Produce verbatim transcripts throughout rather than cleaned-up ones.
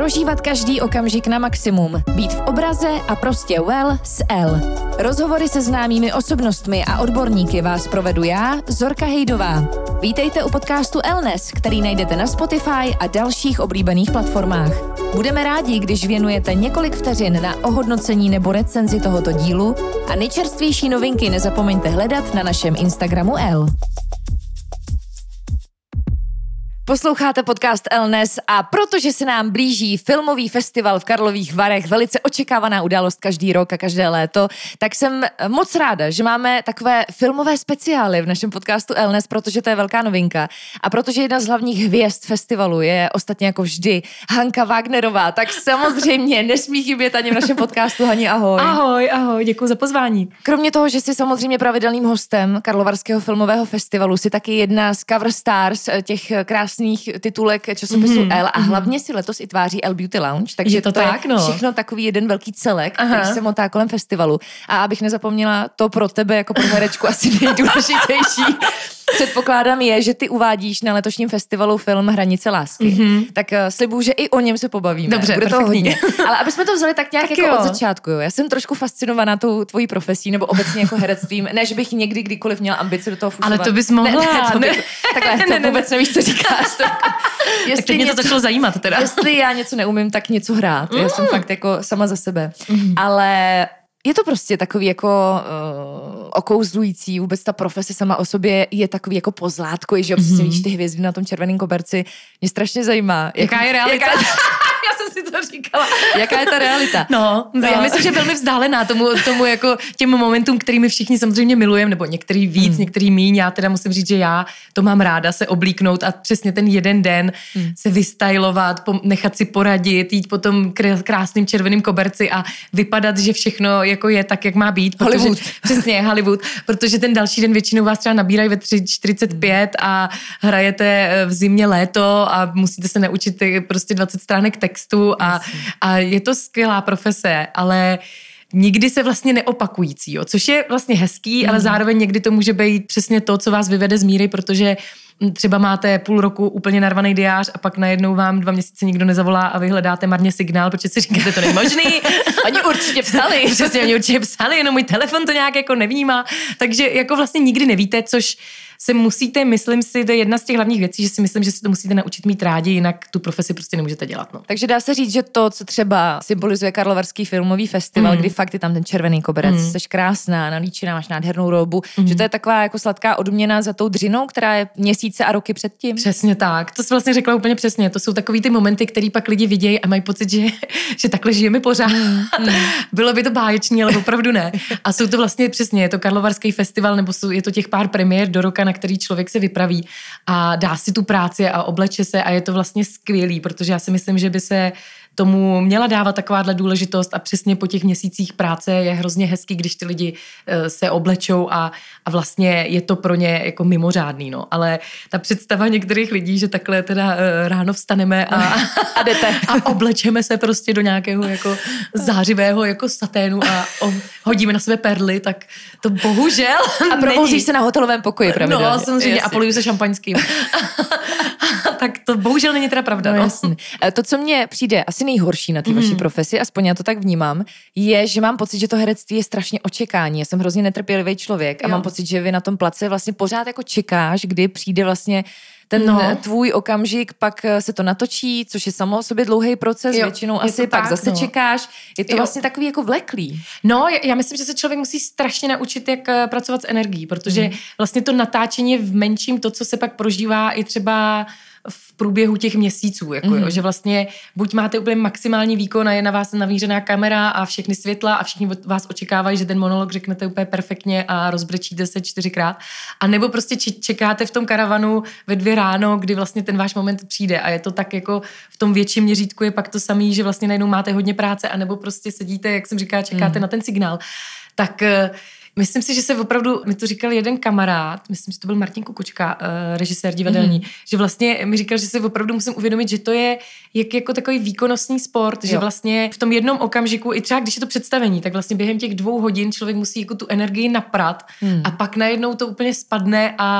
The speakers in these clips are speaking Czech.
Prožívat každý okamžik na maximum. Být v obraze a prostě well s L. Rozhovory se známými osobnostmi a odborníky vás provedu já, Zorka Hejdová. Vítejte u podcastu Lnes, který najdete na Spotify a dalších oblíbených platformách. Budeme rádi, když věnujete několik vteřin na ohodnocení nebo recenzi tohoto dílu a nejčerstvější novinky nezapomeňte hledat na našem Instagramu L. Posloucháte podcast Lnes a protože se nám blíží filmový festival v Karlových Varech, velice očekávaná událost každý rok a každé léto, tak jsem moc ráda, že máme takové filmové speciály v našem podcastu Lnes, protože to je velká novinka. A protože jedna z hlavních hvězd festivalu je ostatně jako vždy Hanka Wagnerová, tak samozřejmě nesmí chybět ani v našem podcastu. Hani, ahoj. Ahoj, ahoj, děkuji za pozvání. Kromě toho, že jsi samozřejmě pravidelným hostem Karlovarského filmového festivalu, jsi taky jedna z cover stars těch krásných titulek časopisu mm-hmm. L a hlavně si letos i tváří L Beauty Lounge, takže je to, to tak, je no. všechno takový jeden velký celek, Aha. který se motá kolem festivalu. A abych nezapomněla, to pro tebe jako pro herečku asi nejdůležitější. Předpokládám je, že ty uvádíš na letošním festivalu film Hranice lásky. Mm-hmm. Tak uh, slibuju, že i o něm se pobavíme. Dobře, bude to hodně. Ale aby jsme to vzali tak nějak tak jako jo. od začátku. Jo. Já jsem trošku fascinovaná tou tvojí profesí nebo obecně jako herectvím, ne, že bych někdy kdykoliv měla ambice do toho fušovat. Ale to bys mohla. Ne, ne, to bych, takhle, to ne, ne, vůbec nevíš, co říkáš. To, jestli tak teď mě to začalo zajímat teda. Jestli já něco neumím, tak něco hrát. Mm. Já jsem fakt jako sama za sebe. Mm. Ale je to prostě takový jako uh, okouzlující, vůbec ta profese sama o sobě je takový jako pozlátko, že občas mm-hmm. vidíš ty hvězdy na tom červeném koberci. Mě strašně zajímá. Jaká jak, je realita? Jaká... Já jsem si to říkala. Jaká je ta realita? No, no. Já myslím, že velmi vzdálená tomu, tomu jako těm momentům, kterými všichni samozřejmě milujeme, nebo některý víc, hmm. některý míň. Já teda musím říct, že já to mám ráda, se oblíknout a přesně ten jeden den hmm. se vystylovat, nechat si poradit, jít po tom krásným červeným koberci a vypadat, že všechno jako je tak, jak má být. Protože, Hollywood. Přesně, Hollywood. Protože ten další den většinou vás třeba nabírají ve tři čtyřicet pět a hrajete v zimě léto a musíte se naučit prostě dvacet stránek textu a, a je to skvělá profese, ale nikdy se vlastně neopakující, jo, což je vlastně hezký, mm. ale zároveň někdy to může být přesně to, co vás vyvede z míry, protože třeba máte půl roku úplně narvaný diář a pak najednou vám dva měsíce nikdo nezavolá a vy hledáte marně signál, protože si říkáte, to není možný. Oni určitě psali. Přesně, oni určitě psali, jenom můj telefon to nějak jako nevnímá. Takže jako vlastně nikdy nevíte, což se musíte, myslím si, to je jedna z těch hlavních věcí, že si myslím, že si to musíte naučit mít rádi, jinak tu profesi prostě nemůžete dělat. No. Takže dá se říct, že to, co třeba symbolizuje Karlovarský filmový festival, mm. kdy fakt je tam ten červený koberec, mm. jsi krásná, nalíčená, máš nádhernou robu, mm. že to je taková jako sladká odměna za tou dřinou, která je měsíce a roky předtím. Přesně tak, to jsi vlastně řekla úplně přesně. To jsou takový ty momenty, který pak lidi vidějí a mají pocit, že, že takhle žijeme pořád. Mm. Bylo by to báječný, ale opravdu ne. A jsou to vlastně přesně, je to Karlovarský festival, nebo jsou, je to těch pár premiér do roka, na který člověk se vypraví a dá si tu práci a obleče se a je to vlastně skvělý, protože já si myslím, že by se tomu měla dávat takováhle důležitost a přesně po těch měsících práce je hrozně hezký, když ty lidi uh, se oblečou a, a vlastně je to pro ně jako mimořádný, no. Ale ta představa některých lidí, že takhle teda uh, ráno vstaneme a, a jdete a oblečeme se prostě do nějakého jako zářivého jako saténu a o, hodíme na sebe perly, tak to bohužel a probouzíš se na hotelovém pokoji pravidelně. No, samozřejmě, jasně. A poluju se šampaňským. Tak to bohužel není teda pravda. No, no. To, co mně přijde asi nejhorší na té mm. vaší profesi, aspoň já to tak vnímám, je, že mám pocit, že to herectví je strašně očekání. Já jsem hrozně netrpělivý člověk a jo. mám pocit, že vy na tom place vlastně pořád jako čekáš, kdy přijde vlastně ten no. tvůj okamžik, pak se to natočí, což je samo o sobě dlouhý proces, jo, většinou asi pak tak, zase no. čekáš. Je to jo. vlastně takový jako vleklý. No, já myslím, že se člověk musí strašně naučit, jak pracovat s energií, protože mm. vlastně to natáčení je v menším to, co se pak prožívá i třeba v průběhu těch měsíců, jako mm. jo, že vlastně buď máte úplně maximální výkon a je na vás navířená kamera a všechny světla a všichni vás očekávají, že ten monolog řeknete úplně perfektně a rozbrečíte se čtyřikrát, a nebo prostě čekáte v tom karavanu ve dvě ráno, kdy vlastně ten váš moment přijde a je to tak jako v tom větším měřítku je pak to samý, že vlastně najednou máte hodně práce a nebo prostě sedíte, jak jsem říkala, čekáte mm. na ten signál. Tak myslím si, že se opravdu, mi to říkal jeden kamarád, myslím, že to byl Martin Kukučka, režisér divadelní, mm. že vlastně mi říkal, že si opravdu musím uvědomit, že to je jak, jako takový výkonnostní sport, jo. Že vlastně v tom jednom okamžiku, i třeba když je to představení, tak vlastně během těch dvou hodin člověk musí jako tu energii naprat mm. a pak najednou to úplně spadne a,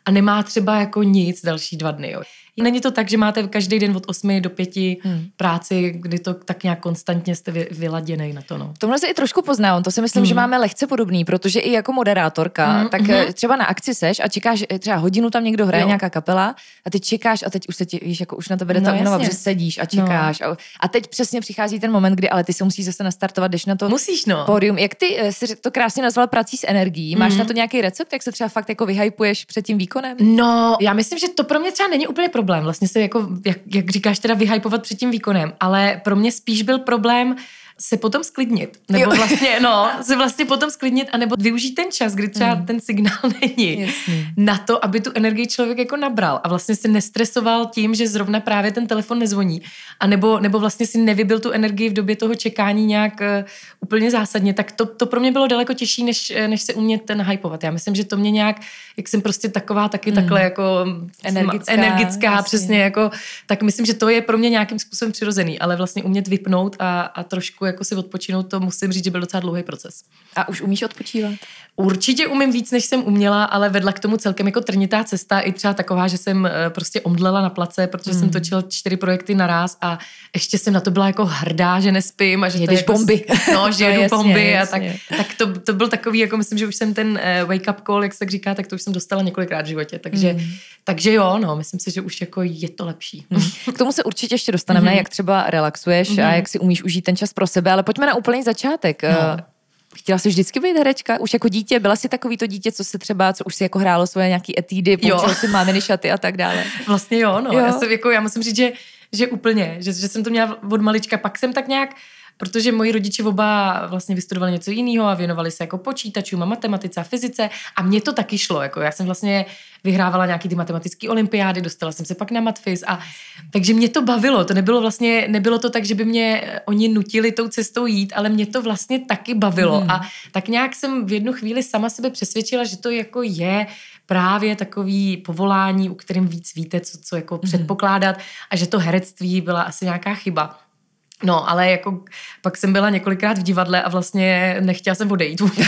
a nemá třeba jako nic další dva dny. Jo. Není to tak, že máte každý den od osmi do pěti hmm. práci, kdy to tak nějak konstantně jste vy, vyladěnej na to. No. V tomhle se i trošku poznám, to si myslím, hmm. že máme lehce podobný, protože i jako moderátorka, hmm. tak hmm. třeba na akci seš a čekáš, třeba hodinu tam někdo hraje, jo. nějaká kapela a ty čekáš a teď už se ti, víš, jako už na tebe jde ta únava, že sedíš a čekáš. No. A, a teď přesně přichází ten moment, kdy ale ty se musíš zase nastartovat, jdeš na to Musíš, no. pódium. Jak ty jsi to krásně nazval prací s energií, máš hmm. na to nějaký recept, jak se třeba fakt jako vyhypuješ před tím výkonem? No, já myslím, že to pro mě třeba není úplně problém. Vlastně se jako, jak, jak říkáš, teda vyhypovat před tím výkonem, ale pro mě spíš byl problém se potom sklidnit. Nebo jo. vlastně, no, se vlastně potom sklidnit a nebo využít ten čas, kdy třeba mm. ten signál není. Jasně. Na to, aby tu energii člověk jako nabral a vlastně se nestresoval tím, že zrovna právě ten telefon nezvoní a nebo, nebo vlastně si nevybil tu energii v době toho čekání nějak uh, úplně zásadně, tak to, to pro mě bylo daleko těžší, než, než se umět ten hypovat. Já myslím, že to mě nějak, jak jsem prostě taková taky mm. takhle jako energická, energická vlastně. Přesně jako, tak myslím, že to je pro mě nějakým způsobem přirozený, ale vlastně umět vypnout a, a trošku jako si odpočinout, to musím říct, že byl docela dlouhý proces. A už umíš odpočívat? Určitě umím víc, než jsem uměla, ale vedla k tomu celkem jako trnitá cesta, i třeba taková, že jsem prostě omdlela na place, protože mm. jsem točila čtyři projekty naraz a ještě jsem na to byla jako hrdá, že nespím a že jedeš to jako, bomby. No, že jedu bomby a tak, tak to, to byl takový, jako myslím, že už jsem ten wake up call, jak se tak říká, tak to už jsem dostala několikrát v životě, takže, mm. takže jo, no, myslím si, že už jako je to lepší. Mm. K tomu se určitě ještě dostaneme, mm. jak třeba relaxuješ mm. a jak si umíš užít ten čas pro sebe, ale pojďme na úplný začátek. No. Chtěla jsi vždycky být herečka? Už jako dítě? Byla jsi takový to dítě, co se třeba, co už si jako hrálo svoje nějaký etídy, poučila si máminy šaty a tak dále? Vlastně jo, no. Jo. Já, jsem, jako, já musím říct, že, že úplně, že, že jsem to měla od malička. Pak jsem tak nějak, protože moji rodiče oba vlastně vystudovali něco jiného a věnovali se jako počítačům a matematice a fyzice a mně to taky šlo. Jako já jsem vlastně vyhrávala nějaký ty matematické olympiády, dostala jsem se pak na matfiz a takže mě to bavilo. To nebylo vlastně, nebylo to tak, že by mě oni nutili tou cestou jít, ale mě to vlastně taky bavilo. Hmm. A tak nějak jsem v jednu chvíli sama sebe přesvědčila, že to jako je právě takový povolání, u kterým víc víte, co, co jako hmm. předpokládat a že to herectví byla asi nějaká chyba. No, ale jako pak jsem byla několikrát v divadle a vlastně nechtěla jsem odejít vůbec.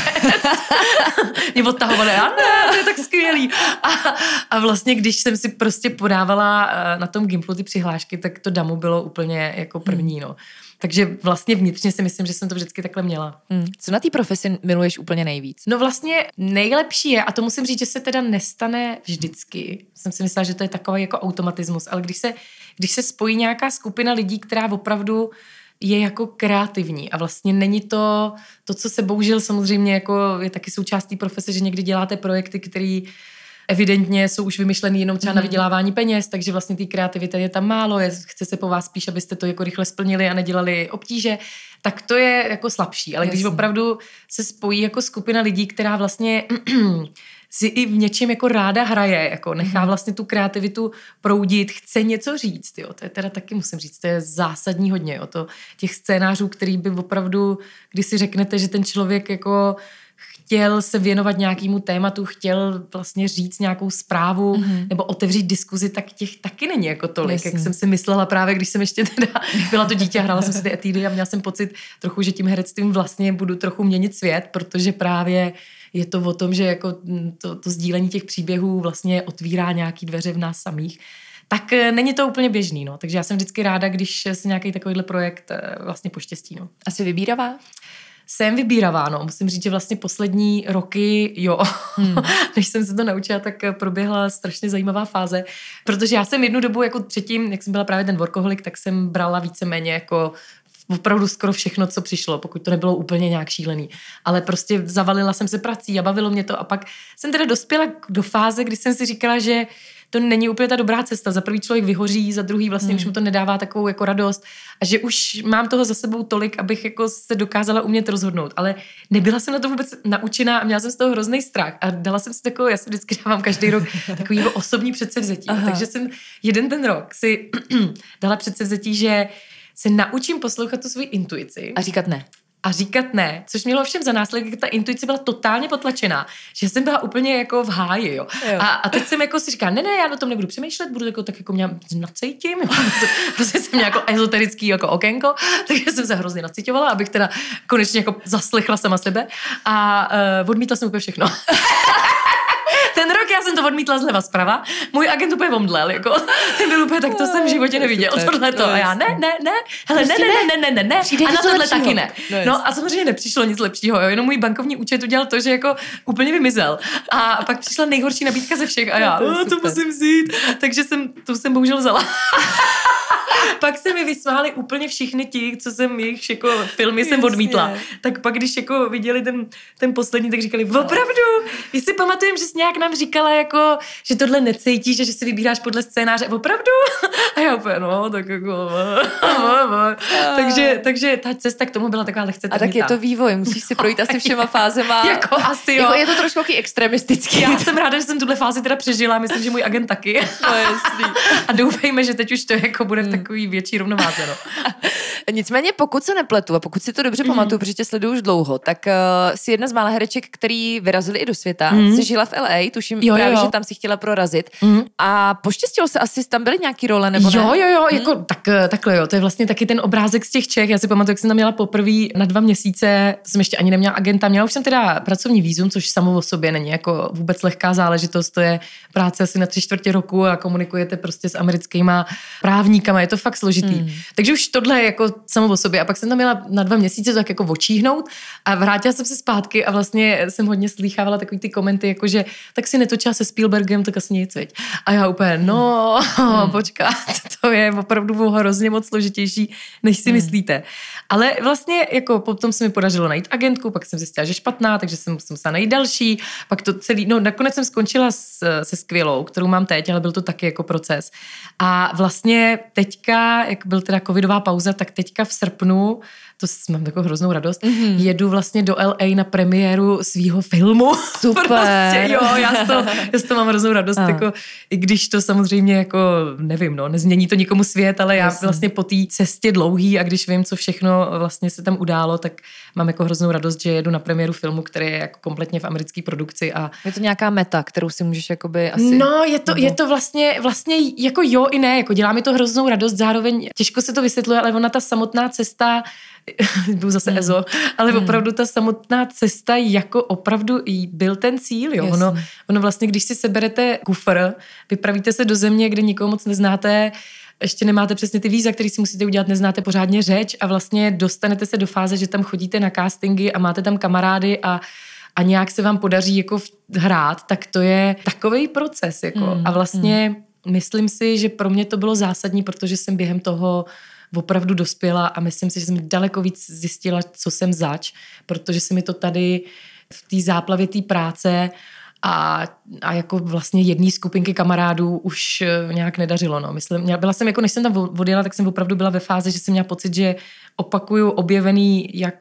Mě odtahovali, a ne, to je tak skvělý. A, a vlastně, když jsem si prostě podávala na tom Gimplu ty přihlášky, tak to damu bylo úplně jako první, no. Takže vlastně vnitřně si myslím, že jsem to vždycky takhle měla. Hmm. Co na té profesi miluješ úplně nejvíc? No vlastně nejlepší je, a to musím říct, že se teda nestane vždycky. Jsem si myslela, že to je takový jako automatismus, ale když se, když se spojí nějaká skupina lidí, která opravdu je jako kreativní a vlastně není to to, co se bohužel samozřejmě jako je taky součástí profese, že někdy děláte projekty, který evidentně jsou už vymyšlený jenom třeba mm. na vydělávání peněz, takže vlastně té kreativity je tam málo, je, chce se po vás spíš, abyste to jako rychle splnili a nedělali obtíže, tak to je jako slabší. Ale Jasně. když opravdu se spojí jako skupina lidí, která vlastně si i v něčem jako ráda hraje, jako nechá vlastně tu kreativitu proudit, chce něco říct, jo. To je teda taky, musím říct, to je zásadní hodně, jo. To těch scénářů, který by opravdu, když si řeknete, že ten člověk jako chtěl se věnovat nějakému tématu, chtěl vlastně říct nějakou zprávu mm-hmm. nebo otevřít diskuzi, tak těch taky není jako tolik, Jasně. jak jsem si myslela právě, když jsem ještě teda byla to dítě, hrála jsem si ty etídy a měla jsem pocit trochu, že tím herectvím vlastně budu trochu měnit svět, protože právě je to o tom, že jako to, to sdílení těch příběhů vlastně otvírá nějaký dveře v nás samých. Tak není to úplně běžný, no. Takže já jsem vždycky ráda, když se nějaký takovýhle projekt vlastně poštěstí, no. Asi vybíravá? Jsem vybíravá, no. Musím říct, že vlastně poslední roky, jo, hmm. než jsem se to naučila, tak proběhla strašně zajímavá fáze, protože já jsem jednu dobu jako předtím, jak jsem byla právě ten workoholik, tak jsem brala víceméně jako opravdu skoro všechno, co přišlo, pokud to nebylo úplně nějak šílený. Ale prostě zavalila jsem se prací a bavilo mě to a pak jsem teda dospěla do fáze, kdy jsem si říkala, že to není úplně ta dobrá cesta. Za prvý člověk vyhoří, za druhý vlastně hmm. už mu to nedává takovou jako radost a že už mám toho za sebou tolik, abych jako se dokázala umět rozhodnout. Ale nebyla jsem na to vůbec naučená a měla jsem z toho hrozný strach a dala jsem si takovou, já si vždycky dávám každý rok takový jako osobní předsevzetí. Takže jsem jeden ten rok si dala předsevzetí, že se naučím poslouchat tu svoji intuici. A říkat ne. A říkat ne, což mělo všem za následek, ta intuice byla totálně potlačená, že jsem byla úplně jako v háji, jo. jo. A, a teď jsem jako si říkala, ne, ne, já o tom nebudu přemýšlet, budu jako, tak jako mě nacítím, jo. Prostě jsem měla jako ezoterický jako okénko, takže jsem se hrozně nacíťovala, abych teda konečně jako zaslechla sama sebe a uh, odmítla jsem úplně všechno. ten rok já jsem to odmítla zleva zprava, můj agent úplně omdlel, jako, ten byl úplně, tak to jsem v životě neviděl, tohleto. A já, ne, ne, ne, hele, ne, ne, ne, ne, ne, ne, a na tohle taky ne. No a samozřejmě nepřišlo nic lepšího, jo, jenom můj bankovní účet udělal to, že jako úplně vymizel. A pak přišla nejhorší nabídka ze všech a já, to, to musím vzít. Takže jsem, to jsem bohužel vzala. Pak se mi vysmáli úplně všichni ti, co jsem jejich jako filmy jsem odmítla. Tak pak, když jako viděli ten, ten poslední, tak říkali, opravdu, my si pamatujeme, že jsi nějak nám říkala, jako, že tohle necítíš a že si vybíráš podle scénáře. Opravdu? A já úplně, no, tak jako... takže, takže ta cesta k tomu byla taková lehce trnitá. A tak je to vývoj, musíš si projít asi všema fázema. Jako asi jo. Jako je to trošku extremistický. Já jsem ráda, že jsem tuhle fázi teda přežila, myslím, že můj agent taky. To je jasný. A doufejme, že teď už to jako bude v takový větší rovnováze, no. Nicméně, pokud se nepletu a pokud si to dobře pamatuju, mm. protože tě sleduju už dlouho, tak uh, jsi jedna z mála hereček, který vyrazili i do světa. Mm. Jsi žila v L A, tuším jo, právě, jo. že tam si chtěla prorazit. Mm. A poštěstilo se asi, tam byly nějaký role, nebo ne? Jo, jo, jo, mm. jako tak, takhle jo, to je vlastně taky ten obrázek z těch Čech. Já si pamatuju, jak jsem tam měla poprvé na dva měsíce, jsem ještě ani neměla agenta, měla už jsem teda pracovní vízum, což samo o sobě není jako vůbec lehká záležitost, to je práce asi na tři čtvrtě roku a komunikujete prostě s americkýma právníkama, je to fakt složitý. Mm. Takže už tohle jako samo o sobě. A pak jsem tam měla na dva měsíce to tak jako očíhnout a vrátila jsem se zpátky a vlastně jsem hodně slýchávala takový ty komenty, jakože tak si netočila se Spielbergem, tak asi nic, veď. A já úplně, no, mm. počkat, to je opravdu hrozně moc složitější, než si mm. myslíte. Ale vlastně jako potom se mi podařilo najít agentku, pak jsem zjistila, že špatná, takže jsem, jsem musela najít další, pak to celý, no nakonec jsem skončila s, se skvělou, kterou mám teď, ale byl to taky jako proces. A vlastně teďka, jak byl teda covidová pauza, tak teďka v srpnu, to mám takovou hroznou radost, mm-hmm. jedu vlastně do L A na premiéru svýho filmu. Super. Prostě, jo, já z toho, já z toho mám hroznou radost, a. jako, i když to samozřejmě jako, nevím, no, nezmění to nikomu svět, ale já Jasně. vlastně po té cestě dlouhý a když vím, co všechno vlastně se tam událo, tak mám jako hroznou radost, že jedu na premiéru filmu, který je jako kompletně v americké produkci. A je to nějaká meta, kterou si můžeš jakoby asi... No, je to, je to vlastně, vlastně jako jo i ne, jako dělá mi to hroznou radost, zároveň těžko se to vysvětluje, ale ona ta samotná cesta, byl zase mm. Ezo, ale mm. opravdu ta samotná cesta jako opravdu i byl ten cíl, jo. Ono, ono vlastně, když si seberete kufr, vypravíte se do země, kde nikoho moc neznáte, ještě nemáte přesně ty víza, který si musíte udělat, neznáte pořádně řeč a vlastně dostanete se do fáze, že tam chodíte na castingy a máte tam kamarády a a nějak se vám podaří jako hrát, tak to je takovej proces, jako. Mm. A vlastně mm. myslím si, že pro mě to bylo zásadní, protože jsem během toho opravdu dospěla a myslím si, že jsem daleko víc zjistila, co jsem zač, protože se mi to tady v té záplavě té práce a, a jako vlastně jedné skupinky kamarádů už nějak nedařilo. No. Myslím, byla jsem, jako než jsem tam odjela, tak jsem opravdu byla ve fázi, že jsem měla pocit, že opakuju objevený jak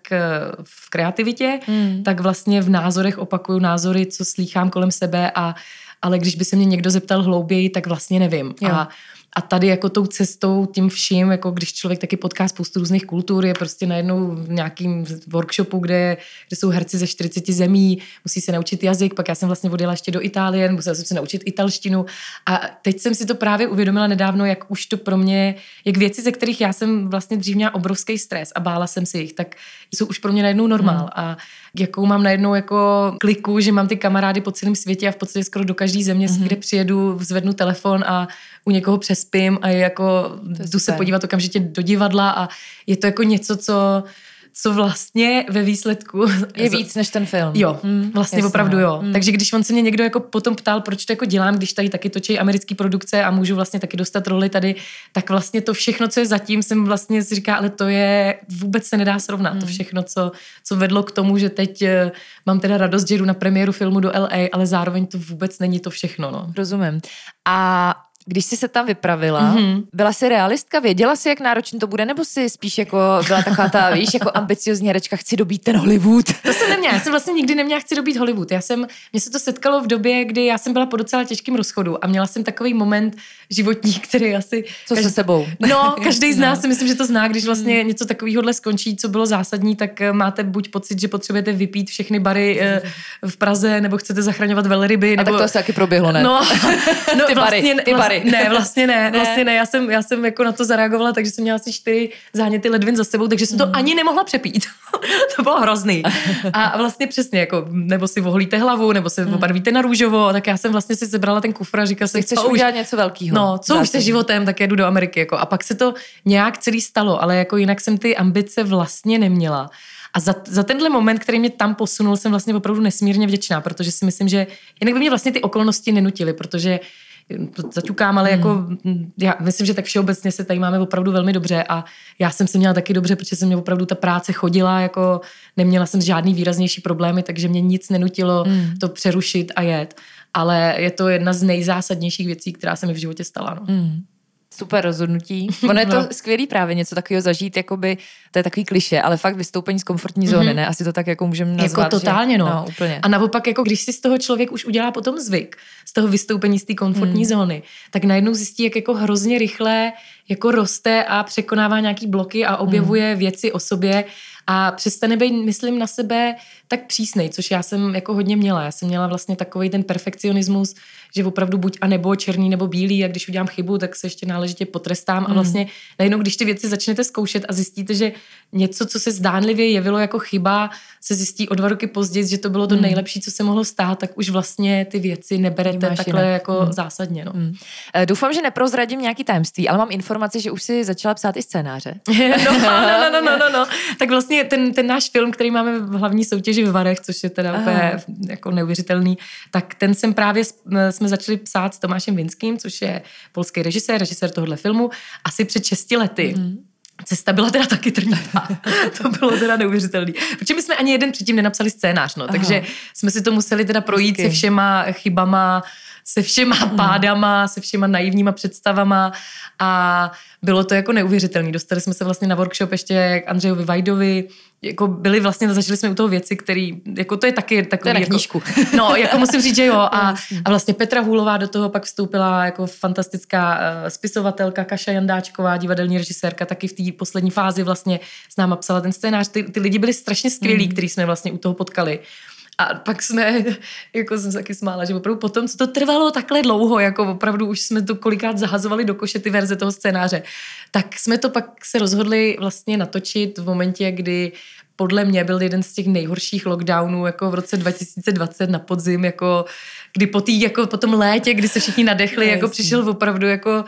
v kreativitě, hmm. tak vlastně v názorech opakuju názory, co slýchám kolem sebe, a, ale když by se mě někdo zeptal hlouběji, tak vlastně nevím. Jo. A A tady jako tou cestou, tím vším, jako když člověk taky potká spoustu různých kultur, je prostě najednou v nějakým workshopu, kde, kde jsou herci ze čtyřiceti zemí, musí se naučit jazyk, pak já jsem vlastně odjela ještě do Itálie, musela jsem se naučit italštinu a teď jsem si to právě uvědomila nedávno, jak už to pro mě, jak věci, ze kterých já jsem vlastně dřív měla obrovský stres a bála jsem si jich, tak jsou už pro mě najednou normál. Hmm. A jakou mám najednou jako kliku, že mám ty kamarády po celém světě a v podstatě skoro do každé země, hmm. kde přijedu, zvednu telefon a u někoho přespím a jako jdu se podívat okamžitě do divadla a je to jako něco, co, co vlastně ve výsledku... Je víc než ten film. Jo, hmm, vlastně jasně, opravdu jo. Hmm. Takže když on se mě někdo jako potom ptal, proč to jako dělám, když tady taky točí americké produkce a můžu vlastně taky dostat roli tady, tak vlastně to všechno, co je zatím, jsem vlastně si říká, ale to je, vůbec se nedá srovnat. Hmm. To všechno, co, co vedlo k tomu, že teď mám teda radost, že jdu na premiéru filmu do L A, ale zároveň to vůbec není to všechno. No. Rozumím. A když jsi se tam vypravila, mm-hmm. byla jsi realistka? Věděla jsi, jak náročný to bude? Nebo jsi spíš jako byla taková ta, víš, jako ambiciozní herečka, chci dobít ten Hollywood? To jsem neměla. Já jsem vlastně nikdy neměla chci dobít Hollywood. Já jsem, mně se to setkalo v době, kdy já jsem byla po docela těžkém rozchodu a měla jsem takový moment životní, který asi... Co každý, se sebou? No, každý z nás no. si myslím, že to zná, když vlastně mm. něco takovýhodle skončí, co bylo zásadní, tak máte buď pocit, že potřebujete vypít všechny bary v Praze, nebo chcete zachraňovat velryby. A nebo... tak to asi taky proběhlo, ne? No, no ty vlastně, bary, ty bary. Ne, ne, vlastně ne, ne, vlastně ne. Já jsem, já jsem jako na to zareagovala, takže jsem měla asi čtyři záněty ledvin za sebou, takže jsem to mm. ani nemohla přepít. To bylo hrozný. A vlastně přesně, jako, nebo si oholíte hlavu, nebo se mm. obarvíte na růžovo, tak já jsem vlastně si sebrala ten kufr a říkala jsem, chceš udělat něco velkého. No, co už se životem, tak jedu do Ameriky. Jako. A pak se to nějak celý stalo, ale jako jinak jsem ty ambice vlastně neměla. A za, za tenhle moment, který mě tam posunul, jsem vlastně opravdu nesmírně vděčná, protože si myslím, že jinak by mě vlastně ty okolnosti nenutily, protože zaťukám, ale hmm. jako já myslím, že tak všeobecně se tady máme opravdu velmi dobře a já jsem se měla taky dobře, protože jsem mě opravdu ta práce chodila, jako neměla jsem žádný výraznější problémy, takže mě nic nenutilo hmm. to přerušit a jet. Ale je to jedna z nejzásadnějších věcí, která se mi v životě stala. No. Hmm. Super rozhodnutí. Ono je to no. skvělý právě něco takového zažít, jakoby, to je takový klišé, ale fakt vystoupení z komfortní zóny, mm-hmm. ne? Asi to tak jako můžeme nazvat. Jako totálně, že... no. no úplně. A naopak, jako když si z toho člověk už udělá potom zvyk, z toho vystoupení z té komfortní mm. zóny, tak najednou zjistí, jak jako hrozně rychle jako roste a překonává nějaký bloky a objevuje mm. věci o sobě a přestane být, myslím, na sebe tak přísnej, což já jsem jako hodně měla. Já jsem měla vlastně takovej ten perfekcionismus, že opravdu buď a nebo černý nebo bílý a když udělám chybu, tak se ještě náležitě potrestám mm. a vlastně najednou, když ty věci začnete zkoušet a zjistíte, že něco, co se zdánlivě jevilo jako chyba, se zjistí o dva roky později, že to bylo to mm. nejlepší, co se mohlo stát, tak už vlastně ty věci neberete Máš takhle jinak. jako mm. zásadně. No. Mm. Doufám, že neprozradím nějaký tajemství, ale mám informaci, že už si začala psát i scénáře. no, no, no, no, no, no. Tak vlastně ten, ten náš film, který máme v hlavní soutěži ve Varech, což je teda úplně jako neuvěřitelný, tak ten jsem právě jsme začali psát s Tomášem Vinským, což je polský režisér, režisér tohohle filmu, asi před šesti lety. Mm. Cesta byla teda taky trnitá. To bylo teda neuvěřitelný. Protože my jsme ani jeden předtím nenapsali scénář, no. Takže jsme si to museli teda projít Vždycky. se všema chybama, se všema mm. pádama, se všema naivníma představama a bylo to jako neuvěřitelný. Dostali jsme se vlastně na workshop ještě k Andřejovi Vajdovi, jako byli vlastně, zažili jsme u toho věci, který, jako to je taky takový, to je na jako, knížku. No, jako musím říct, že jo. A, a vlastně Petra Hůlová do toho pak vstoupila jako fantastická uh, spisovatelka, Kaša Jandáčková, divadelní režisérka, taky v té poslední fázi vlastně s náma psala ten scénář. Ty, ty lidi byli strašně skvělí, mm. který jsme vlastně u toho potkali. A pak jsme, jako jsem se taky smála, že opravdu potom, co to trvalo takhle dlouho, jako opravdu už jsme to kolikrát zahazovali do koše ty verze toho scénáře, tak jsme to pak se rozhodli vlastně natočit v momentě, kdy podle mě byl jeden z těch nejhorších lockdownů, jako v roce dva tisíce dvacet na podzim, jako kdy po tý, jako po tom létě, kdy se všichni nadechli, jako přišel opravdu jako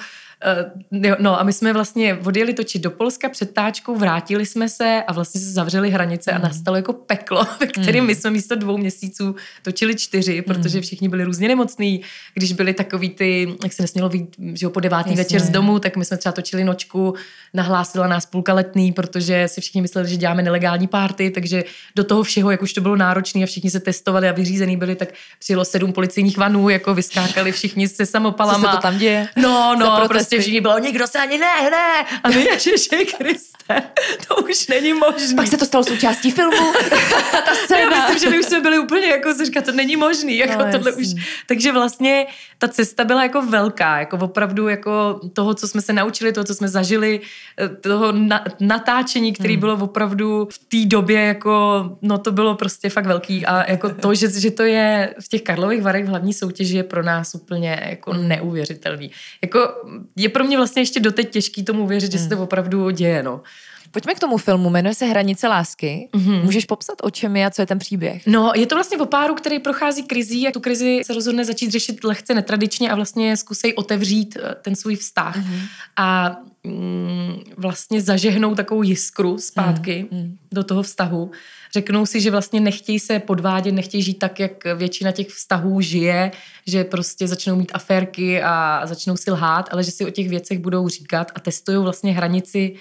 Uh, no a my jsme vlastně odjeli točit do Polska před táčkou, vrátili jsme se a vlastně se zavřeli hranice mm. a nastalo jako peklo, ve kterém mm. my jsme místo dvou měsíců točili čtyři, mm. protože všichni byli různě nemocní. Když byli takový ty, jak se nesmělo vyjít, že jo, po devátý Jasně. večer z domu, tak my jsme třeba točili nočku, nahlásila nás půlka Letný, protože si všichni mysleli, že děláme nelegální party, takže do toho všeho, jak už to bylo náročné a všichni se testovali a vyřízený byli, tak přijelo sedm policejních vanů, jako vyskákali všichni se samopalama. Co se to tam děje? No, no, prostě všichni bylo, nikdo se ani ne, ne. A my, Ježiši Kriste, to už není možný. Pak se to stalo součástí filmu. Ta scéna. Já myslím, že my už jsme byli úplně jako, se říká, to není možný. Jako no, tohle už. Takže vlastně ta cesta byla jako velká, jako opravdu jako toho, co jsme se naučili, toho, co jsme zažili, toho na, natáčení, který hmm. bylo opravdu v té době jako, no to bylo prostě fakt velký a jako to, že, že to je v těch Karlových Varech v hlavní soutěži je pro nás úplně jako neuvěřitelný. Jako je pro mě vlastně ještě doteď těžký tomu věřit, že se to opravdu děje, no. Pojďme k tomu filmu, jmenuje se Hranice lásky. Mm-hmm. Můžeš popsat, o čem je a co je ten příběh? No, je to vlastně o páru, který prochází krizí a tu krizi se rozhodne začít řešit lehce netradičně a vlastně zkusej otevřít ten svůj vztah. Mm-hmm. A mm, vlastně zažehnou takovou jiskru zpátky mm-hmm. do toho vztahu. Řeknou si, že vlastně nechtějí se podvádět, nechtějí žít tak, jak většina těch vztahů žije, že prostě začnou mít aférky a začnou si lhát, ale že si o těch věcech budou říkat a testují vlastně hranici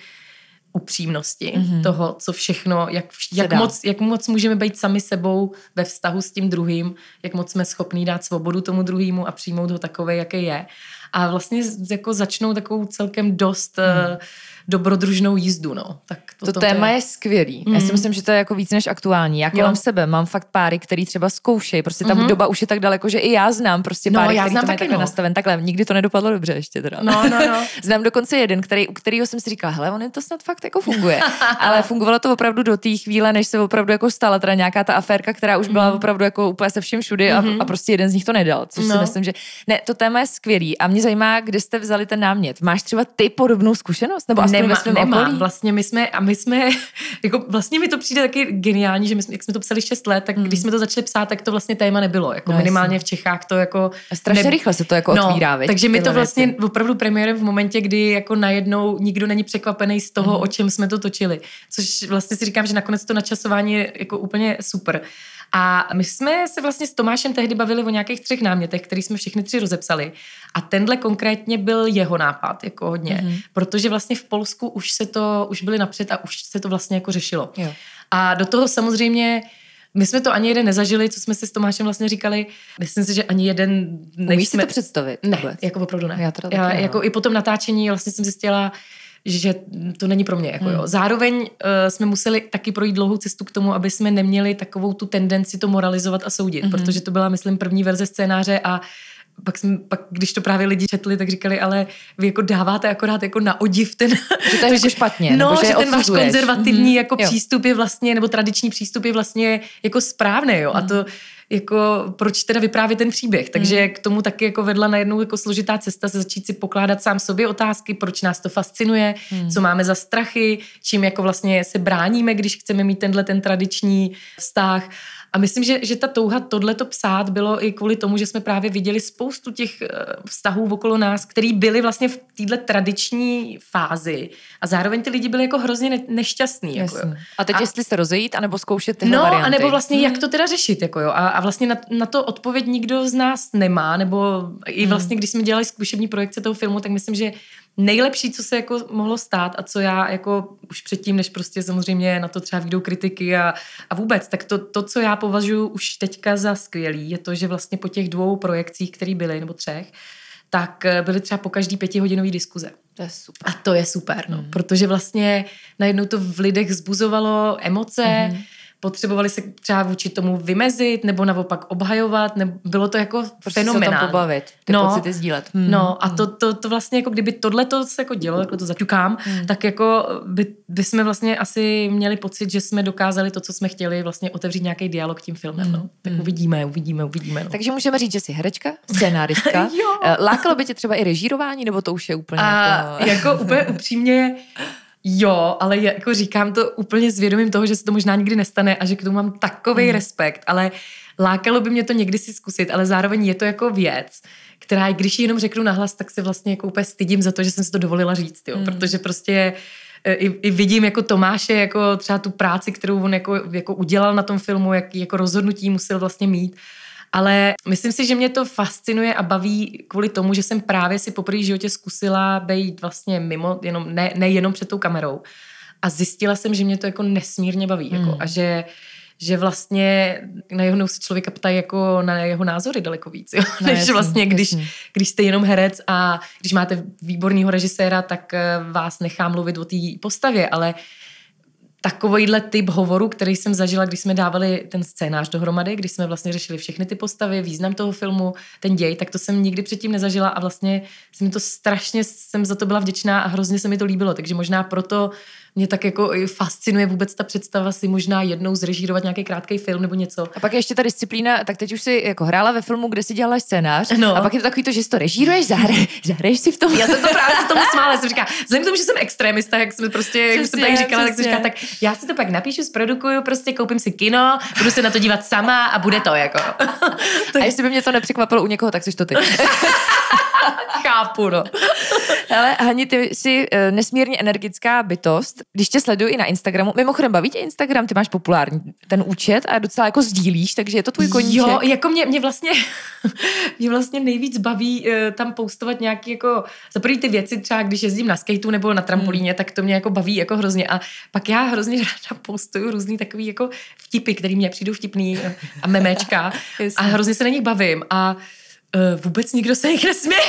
upřímnosti mm-hmm. toho, co všechno, jak, jak, moc, jak moc můžeme být sami sebou ve vztahu s tím druhým, jak moc jsme schopní dát svobodu tomu druhému a přijmout ho takové, jaký je. A vlastně jako začnou takovou celkem dost mm. uh, dobrodružnou jízdu. No. Tak to, to, to téma je, je skvělý. Mm. Já si myslím, že to je jako víc než aktuální. Já kolem sebe mám fakt páry, který třeba zkoušejí. Prostě ta mm-hmm. doba už je tak daleko, že i já znám prostě páry, no, který znám to mají takhle no. nastaven. Takhle, nikdy to nedopadlo dobře ještě teda. No, no, no. Znám dokonce jeden, který, u kterého jsem si říkala, hele, on je to snad fakt jako funguje. Ale fungovalo to opravdu do té chvíle, než se opravdu jako stala teda nějaká ta aférka, která už byla mm. opravdu jako úplně se vším všudy mm-hmm. a, a prostě jeden z nich to nedal. Což no. si myslím, že ne, to téma je skvělý. A mě mě zajímá, kde jste vzali ten námět. Máš třeba ty podobnou zkušenost? Nebo aspoň Nemá, ve svém nemám. okolí? Vlastně my jsme, a my jsme, jako vlastně mi to přijde taky geniální, že my jsme, jak jsme to psali šest let, tak hmm. když jsme to začali psát, tak to vlastně téma nebylo. Jako no, minimálně jasný. v Čechách to jako... A strašně ne... rychle se to jako no, otvírá, veď? Takže my to vlastně věci. Opravdu premiérem v momentě, kdy jako najednou nikdo není překvapený z toho, hmm. o čem jsme to točili. Což vlastně si říkám, že nakonec to načasování je jako úplně super. A my jsme se vlastně s Tomášem tehdy bavili o nějakých třech námětech, který jsme všechny tři rozepsali. A tenhle konkrétně byl jeho nápad, jako hodně. Mm-hmm. Protože vlastně v Polsku už se to, už byli napřed a už se to vlastně jako řešilo. Jo. A do toho samozřejmě, my jsme to ani jeden nezažili, co jsme si s Tomášem vlastně říkali. Myslím si, že ani jeden... Umíš jsme... si to představit? Ne, vůbec? jako opravdu ne. Já, teda Já taky, jako i po tom natáčení vlastně jsem zjistila, že to není pro mě. Jako hmm. jo. Zároveň uh, jsme museli taky projít dlouhou cestu k tomu, aby jsme neměli takovou tu tendenci to moralizovat a soudit, hmm. protože to byla, myslím, první verze scénáře a pak, jsme, pak, když to právě lidi četli, tak říkali, ale vy jako dáváte akorát jako na odiv ten... Že to je jako špatně. No, že, že ten váš konzervativní mm-hmm. jako jo. přístup je vlastně, nebo tradiční přístup je vlastně jako správný, jo. Mm. A to jako, proč teda vyprávět ten příběh. Takže mm. k tomu taky jako vedla najednou jako složitá cesta se začít si pokládat sám sobě otázky, proč nás to fascinuje, mm. co máme za strachy, čím jako vlastně se bráníme, když chceme mít tenhle ten tradiční vztah. A myslím, že, že ta touha tohleto psát bylo i kvůli tomu, že jsme právě viděli spoustu těch vztahů okolo nás, který byly vlastně v téhle tradiční fázi. A zároveň ty lidi byli jako hrozně ne- nešťastní. Jako jo. A teď a, jestli se rozejít, anebo zkoušet tyhle no, varianty. No, anebo vlastně hmm. jak to teda řešit. Jako jo. A, a vlastně na, na to odpověď nikdo z nás nemá. Nebo i vlastně, když jsme dělali zkušební projekce toho filmu, tak myslím, že nejlepší, co se jako mohlo stát a co já jako už předtím, než prostě samozřejmě na to třeba vyjdou kritiky a, a vůbec, tak to, to, co já považuji už teďka za skvělý, je to, že vlastně po těch dvou projekcích, které byly, nebo třech, tak byly třeba po každý pětihodinový diskuze. To je super. A to je super, no, mm. protože vlastně najednou to v lidech vzbuzovalo emoce, mm. potřebovali se třeba vůči tomu vymezit, nebo naopak obhajovat, nebo bylo to jako prostě fenomenální. Se tam pobavit, ty no, pocity sdílet. Hmm. No a to, to, to vlastně jako kdyby tohleto se jako dělo, jako to zaťukám, hmm. tak jako by, by jsme vlastně asi měli pocit, že jsme dokázali to, co jsme chtěli, vlastně otevřít nějaký dialog tím filmem, hmm. no. Tak hmm. uvidíme, uvidíme, uvidíme. No. Takže můžeme říct, že jsi herečka, scénáristka. Lákalo by tě třeba i režírování, nebo to už je úplně a, jako... jako úplně upřímně... Jo, ale jako říkám to úplně s vědomím toho, že se to možná nikdy nestane a že k tomu mám takovej mm. respekt, ale lákalo by mě to někdy si zkusit, ale zároveň je to jako věc, která, když ji jenom řeknu nahlas, tak se vlastně jako úplně stydím za to, že jsem si to dovolila říct, jo, mm. protože prostě i, i vidím jako Tomáše, jako třeba tu práci, kterou on jako, jako udělal na tom filmu, jak jako rozhodnutí musel vlastně mít. Ale myslím si, že mě to fascinuje a baví kvůli tomu, že jsem právě si poprvé v životě zkusila být vlastně mimo, jenom, ne, ne jenom před tou kamerou. A zjistila jsem, že mě to jako nesmírně baví. Mm. Jako, a že, že vlastně na jeho se člověka ptají jako na jeho názory daleko víc. Jo? No, Než jasný, vlastně, když, když jste jenom herec a když máte výborného režiséra, tak vás nechá mluvit o té postavě, ale takovýhle typ hovoru, který jsem zažila, když jsme dávali ten scénář dohromady, když jsme vlastně řešili všechny ty postavy, význam toho filmu, ten děj, tak to jsem nikdy předtím nezažila a vlastně jsem to strašně, jsem za to byla vděčná a hrozně se mi to líbilo, takže možná proto mě tak jako fascinuje vůbec ta představa si možná jednou zrežírovat nějaký krátký film nebo něco. A pak je ještě ta disciplína, tak teď už si jako hrála ve filmu, kde si dělala scénář, no. A pak je to takový to, že si to režíruješ, zahra, zahraješ si v tom. Já jsem to právě se tomu smála, jsem říká, vzhledem k tomu, že jsem extrémista, jak jsme prostě, jak jsem tady říkala, tak jsem říká, tak já si to pak napíšu, zprodukuju, prostě koupím si kino, budu se na to dívat sama a bude to jako. A jestli by mě to nepřekvapilo u někoho, tak jsi to ty. Chápu, no. Ale Hani, ty jsi uh, nesmírně energická bytost. Když tě sleduju i na Instagramu, mimochodem baví tě Instagram, ty máš populární ten účet a docela jako sdílíš, takže je to tvůj koníček. Jo, jako mě, mě vlastně mě vlastně nejvíc baví uh, tam postovat nějaký jako, za první ty věci, třeba když jezdím na skateu nebo na trampolíně, hmm. tak to mě jako baví jako hrozně a pak já hrozně ráda postuju různý takový jako vtipy, který mě přijdou vtipný a memečka a hrozně se na nich bavím a uh, vůbec nikdo se jich nesměje.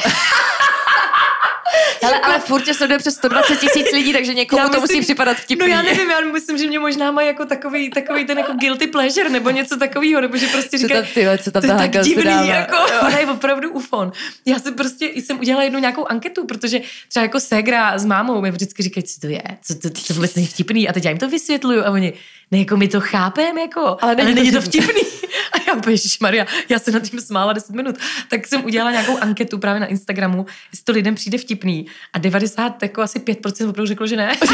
Ale, ale furt tě sleduje přes sto dvacet tisíc lidí, takže někomu myslím, to musí připadat vtipný. No já nevím, já myslím, že mě možná má jako takový, takový ten jako guilty pleasure, nebo něco takového, nebo že prostě říkají, co tam ta tak divný, jako, ona je opravdu ufon. Já jsem prostě, jsem udělala jednu nějakou anketu, protože třeba jako ségra s mámou mi vždycky říkají, co to je, co to, to vůbec není vtipný a teď já jim to vysvětluju a oni, ne, jako my to chápeme, jako, ale není, ale není to vtipný. A Já úplně, ježišmarja, já se nad tím smála deset minut. Tak jsem udělala nějakou anketu právě na Instagramu, jestli to lidem přijde vtipný. A devadesát, jako asi pět procent opravdu řeklo, že ne.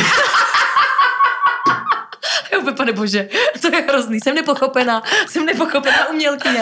Já úplně, pane bože, to je hrozný. Jsem nepochopená, jsem nepochopená umělkyně.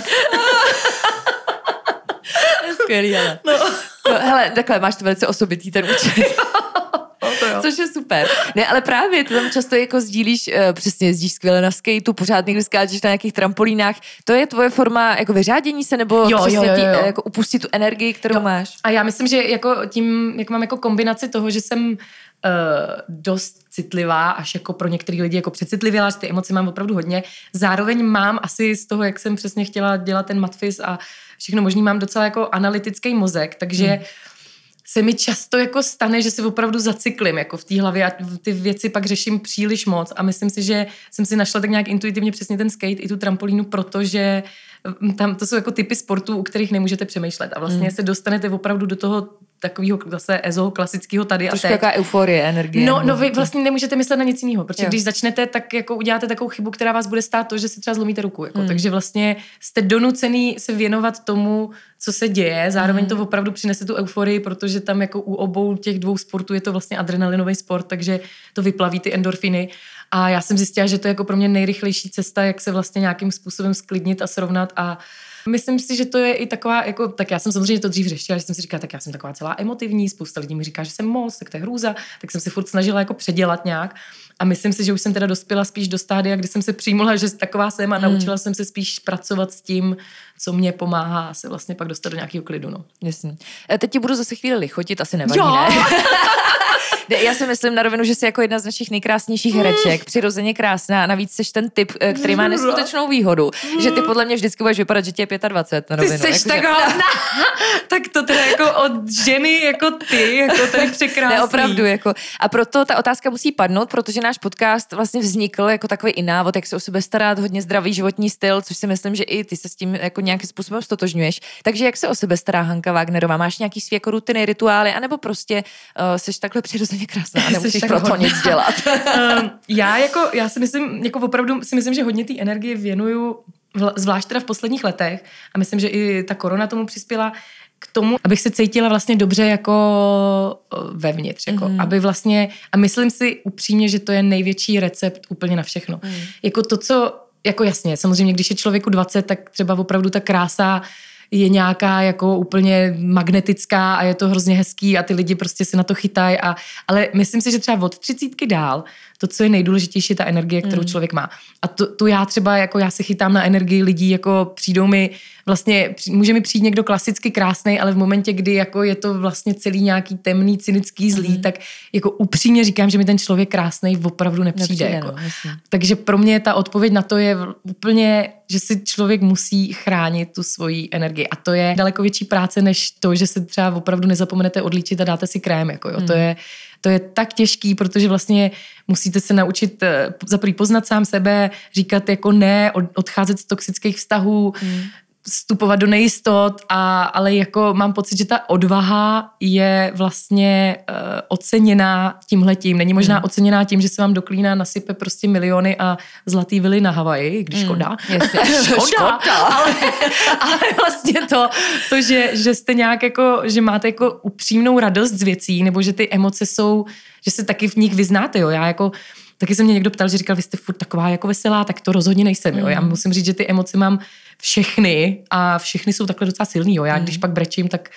Skvělý, ale. No. No, hele, takhle, máš to velice osobitý ten účet. To jo. Což je super. Ne, ale právě ty tam často jako sdílíš, uh, přesně jezdíš skvěle na skateu, pořád někdy skáčeš na nějakých trampolínách. To je tvoje forma jako vyřádění se, nebo jo, přesně jo, jo, jo. Tý, jako upustit tu energii, kterou jo. máš? A já myslím, že jako tím, jak mám jako kombinaci toho, že jsem uh, dost citlivá, až jako pro některý lidi jako přecitlivěla, že ty emoce mám opravdu hodně. Zároveň mám asi z toho, jak jsem přesně chtěla dělat ten matfis a všechno možný, mám docela jako analytický mozek, takže hmm. se mi často jako stane, že si opravdu zacyklím jako v té hlavě a ty věci pak řeším příliš moc a myslím si, že jsem si našla tak nějak intuitivně přesně ten skate i tu trampolínu, protože tam to jsou jako typy sportů, u kterých nemůžete přemýšlet a vlastně mm. se dostanete opravdu do toho takového zase ezo klasického tady Trošku a teď. Jaká euforie, energie. No, no vy vlastně nemůžete myslet na nic jiného, protože jo. když začnete, tak jako uděláte takovou chybu, která vás bude stát to, že si třeba zlomíte ruku. Jako. Mm. Takže vlastně jste donucený se věnovat tomu, co se děje, zároveň mm. to opravdu přinese tu euforii, protože tam jako u obou těch dvou sportů je to vlastně adrenalinový sport, takže to vyplaví ty endorfiny. A já jsem zjistila, že to je jako pro mě nejrychlejší cesta, jak se vlastně nějakým způsobem sklidnit a srovnat a myslím si, že to je i taková, jako, tak já jsem samozřejmě to dřív řešila, že jsem si říkala, tak já jsem taková celá emotivní, spousta lidí mi říká, že jsem moc, tak to je hrůza, tak jsem se furt snažila jako předělat nějak a myslím si, že už jsem teda dospěla spíš do stádia, kdy jsem se přijmula, že taková jsem a naučila hmm. jsem se spíš pracovat s tím, co mě pomáhá se vlastně pak dostat do nějakého klidu. No. Jasně. Teď ti budu zase chvíli lichotit, asi nevadí, jo. ne? Já si myslím na rovinu, že jsi jako jedna z našich nejkrásnějších hereček, přirozeně krásná a navíc jsi ten typ, který má neskutečnou výhodu, že ty podle mě vždycky budeš vypadat, že ti je dvacet pět na rovinu. Ty jsi tak hodná, tak to teda jako od ženy jako ty, jako tady překrásný. Ne, opravdu, jako. A proto ta otázka musí padnout, protože náš podcast vlastně vznikl jako takový i návod, jak se o sebe starat, hodně zdravý životní styl, což si myslím, že i ty se s tím jako nějakým způsobem stotožňuješ. Takže jak se o sebe stará Hanka Wagnerová? Máš nějaký svý jako rutiny, rituály, anebo prostě uh, jsi takhle přirozeně krásná a nemusíš pro to nic dělat? um, já jako, já si myslím, jako opravdu si myslím, že hodně té energie věnuju, zvlášť teda v posledních letech a myslím, že i ta korona tomu přispěla k tomu, abych se cítila vlastně dobře jako vevnitř, jako, mm. aby vlastně, a myslím si upřímně, že to je největší recept úplně na všechno. Mm. Jako to, co, jako jasně, samozřejmě, když je člověku dvacet, tak třeba opravdu ta krása je nějaká jako úplně magnetická a je to hrozně hezký a ty lidi prostě se na to chytají, a, ale myslím si, že třeba od třicítky dál to, co je nejdůležitější, je ta energie, kterou mm. člověk má. A to, to já třeba, jako já se chytám na energii lidí, jako přijdou mi, vlastně může mi přijít někdo klasicky krásnej, ale v momentě, kdy jako je to vlastně celý nějaký temný, cynický, zlý, mm. tak jako upřímně říkám, že mi ten člověk krásnej opravdu nepřijde. nepřijde jako. no, Takže pro mě ta odpověď na to je úplně, že si člověk musí chránit tu svoji energii. A to je daleko větší práce, než to, že se třeba opravdu nezapomenete odlíčit a dáte si krém. Jako, jo. Mm. To je To je tak těžký, protože vlastně musíte se naučit za prvý poznat sám sebe, říkat jako ne, odcházet z toxických vztahů, mm. vstupovat do nejistot, a, ale jako mám pocit, že ta odvaha je vlastně uh, oceněná tímhletím. Není možná mm. oceněná tím, že se vám do klína nasype prostě miliony a zlatý vily na Havaji, když mm. škoda. škoda. škoda. Ale, ale vlastně to, to že, že jste nějak jako, že máte jako upřímnou radost z věcí, nebo že ty emoce jsou, že se taky v nich vyznáte, jo. Já jako taky se mě někdo ptal, že říkal, vy jste furt taková jako veselá, tak to rozhodně nejsem, jo. Já musím říct, že ty emoce mám všechny a všechny jsou takhle docela silný, jo. Já když pak brečím, tak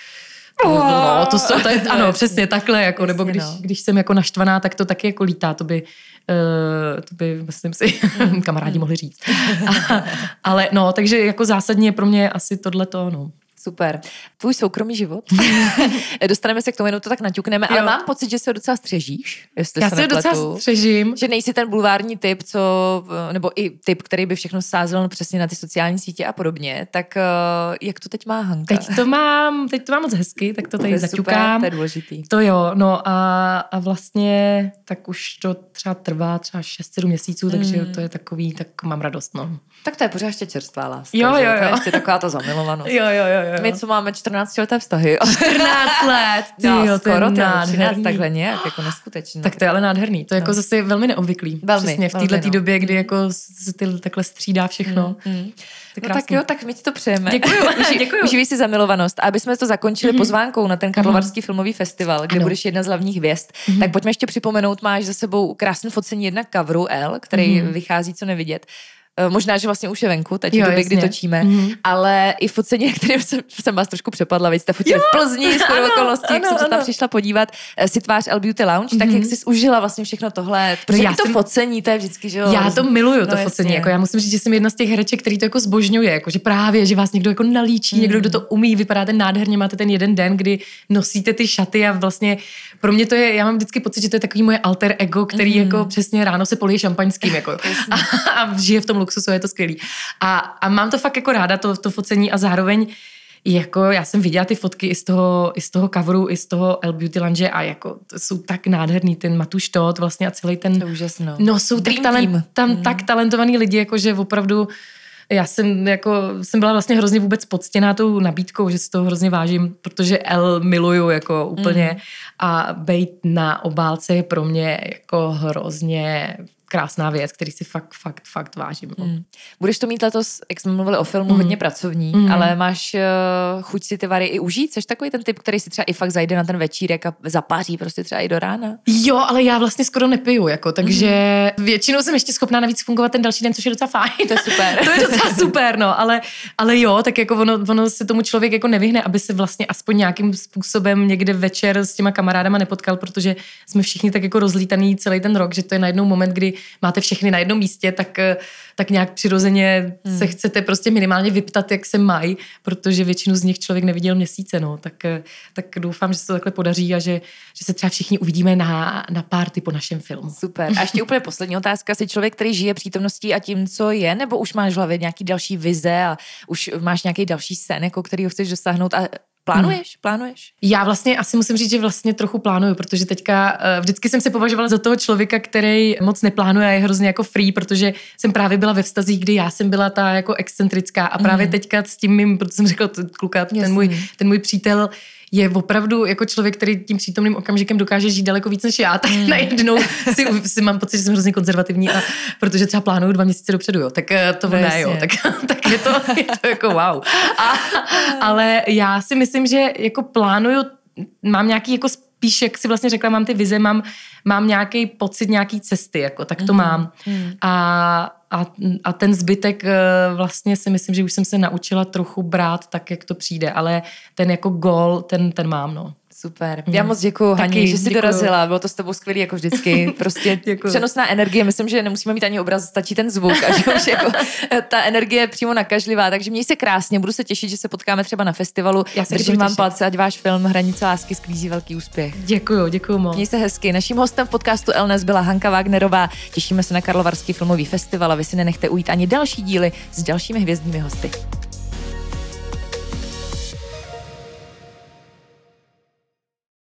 no, to jsou, to je, ano, přesně takhle, jako, nebo když, když jsem jako naštvaná, tak to taky jako lítá, to by, uh, to by, myslím si, kamarádi mohli říct. A, ale no, takže jako zásadně pro mě asi tohleto, no. Super. Tvůj soukromý život. Dostaneme se k tomu, jenom to tak naťukneme, jo. Ale mám pocit, že se ho docela střežíš. Já se, se docela střežím. Že nejsi ten bulvární typ, co, nebo i typ, který by všechno sázel přesně na ty sociální sítě a podobně. Tak jak to teď má Hanka? Teď to mám, teď to mám moc hezky, tak to tady to zaťukám. Super, to je důležitý. To jo, no a, a vlastně tak už to třeba trvá třeba šest sedm měsíců, takže mm. to je takový, tak mám radost, no. Tak to je pořád ještě čerstvá láska. Jo, jo, jo. To je ještě taková ta zamilovanost. Jo, jo, jo. jo. My, co máme čtrnáctileté vztahy. čtrnáct let, ty no, jo, to je skoro nádherný. Takhle nějak, jako neskutečně. Tak to je ale nádherný. To je no. jako zase velmi neobvyklý. Velmi, přesně v této no. době, kdy jako se ty takhle střídá všechno. Mm, mm. No tak jo, tak my ti to přejeme. Děkuju, děkuju. Užívej si zamilovanost. A aby jsme to zakončili mm-hmm. pozvánkou na ten Karlovarský mm-hmm. filmový festival, kde ano. budeš jedna z hlavních hvězd, mm-hmm. tak pojďme ještě připomenout, máš za sebou krásné focení jednak coveru L, který mm-hmm. vychází co nevidět. Možná, že vlastně už je venku, teď v době, kdy točíme, mm-hmm. ale i focení, na kterém jsem, jsem vás trošku přepadla, víc jste fotili v Plzni, skoro okolností, jak jsem se tam přišla podívat, si tvář L Beauty Lounge, mm-hmm. tak jak jsi užila vlastně všechno tohle, protože já to jsem, focení, to je vždycky, že jo. Já to miluju, to no, focení, jako já musím říct, že jsem jedna z těch hereček, který to jako zbožňuje, jako že právě, že vás někdo jako nalíčí, mm. někdo, kdo to umí, vypadáte nádherně, máte ten jeden den, kdy nosíte ty šaty a vlastně pro mě to je, já mám vždycky pocit, že to je takový moje alter ego, který mm. jako přesně ráno se polije šampaňským, jako a, a žije v tom luxusu, je to skvělý. A, a mám to fakt jako ráda, to, to focení a zároveň jako já jsem viděla ty fotky i z toho, i z toho coveru, i z toho L Beauty Lounge a jako to jsou tak nádherný, ten Matuš Todt vlastně a celý ten... To je úžasno. No jsou tak talent, tam mm. tak talentovaný lidi, jakože opravdu já jsem jako, jsem byla vlastně hrozně vůbec poctěná tou nabídkou, že si to hrozně vážím, protože L miluju jako úplně mm. a bejt na obálce je pro mě jako hrozně krásná věc, který si fakt, fakt, fakt vážím. Mm. Budeš to mít letos, jak jsme mluvili o filmu, mm. hodně pracovní, mm. ale máš uh, chuť si ty vary i užít? Jsi takový ten typ, který si třeba i fakt zajde na ten večírek a zapáří prostě třeba i do rána? Jo, ale já vlastně skoro nepiju, jako, takže mm. většinou jsem ještě schopná navíc fungovat ten další den, což je docela fajn. To je super. To je docela super, no, ale, ale jo, tak jako ono, ono se tomu člověk jako nevyhne, aby se vlastně aspoň nějakým způsobem někde večer s těma kamarádama nepotkal, protože jsme všichni tak jako rozlítaný celý ten rok, že to je najednou moment, kdy máte všechny na jednom místě, tak, tak nějak přirozeně hmm. se chcete prostě minimálně vyptat, jak se mají, protože většinu z nich člověk neviděl měsíce, no. Tak, tak doufám, že se to takhle podaří a že, že se třeba všichni uvidíme na, na party po našem filmu. Super. A ještě úplně poslední otázka. Jsi člověk, který žije přítomností a tím, co je, nebo už máš v hlavě nějaký další vize a už máš nějaký další sen, jako kterýho chceš dosáhnout a Plánuješ? Plánuješ? Já vlastně asi musím říct, že vlastně trochu plánuju, protože teďka uh, vždycky jsem se považovala za toho člověka, který moc neplánuje a je hrozně jako free, protože jsem právě byla ve vztazích, kdy já jsem byla ta jako excentrická a právě mm. teďka s tím mým, protože jsem řekla, kluka, ten můj, ten můj přítel je opravdu jako člověk, který tím přítomným okamžikem dokáže žít daleko víc než já, tak mm. najednou si, si mám pocit, že jsem hrozně konzervativní a protože třeba plánuju dva měsíce dopředu, jo, tak to no, ne, jo, tak, tak je, to, je to jako wow. A, ale já si myslím, že jako plánuju, mám nějaký jako spíš, jak si vlastně řekla, mám ty vize, mám, mám nějaký pocit nějaký cesty, jako, tak to mm. mám. Mm. A A, a ten zbytek vlastně si myslím, že už jsem se naučila trochu brát tak, jak to přijde, ale ten jako gól, ten, ten mám, no. Super. Já moc děkuju, Hani, že jsi děkuju. dorazila. Bylo to s tebou skvělý, jako vždycky. Prostě přenosná energie. Myslím, že nemusíme mít ani obraz, stačí ten zvuk a že už jako ta energie je přímo nakažlivá. Takže měj se krásně, budu se těšit, že se potkáme třeba na festivalu. Já se držím vám palce, ať váš film Hranice lásky sklízí velký úspěch. Děkuju, děkuju moc. Měj se hezky. Naším hostem v podcastu Elnes byla Hanka Wagnerová. Těšíme se na Karlovarský filmový festival a vy si nenechte ujít ani další díly s dalšími hvězdnými hosty.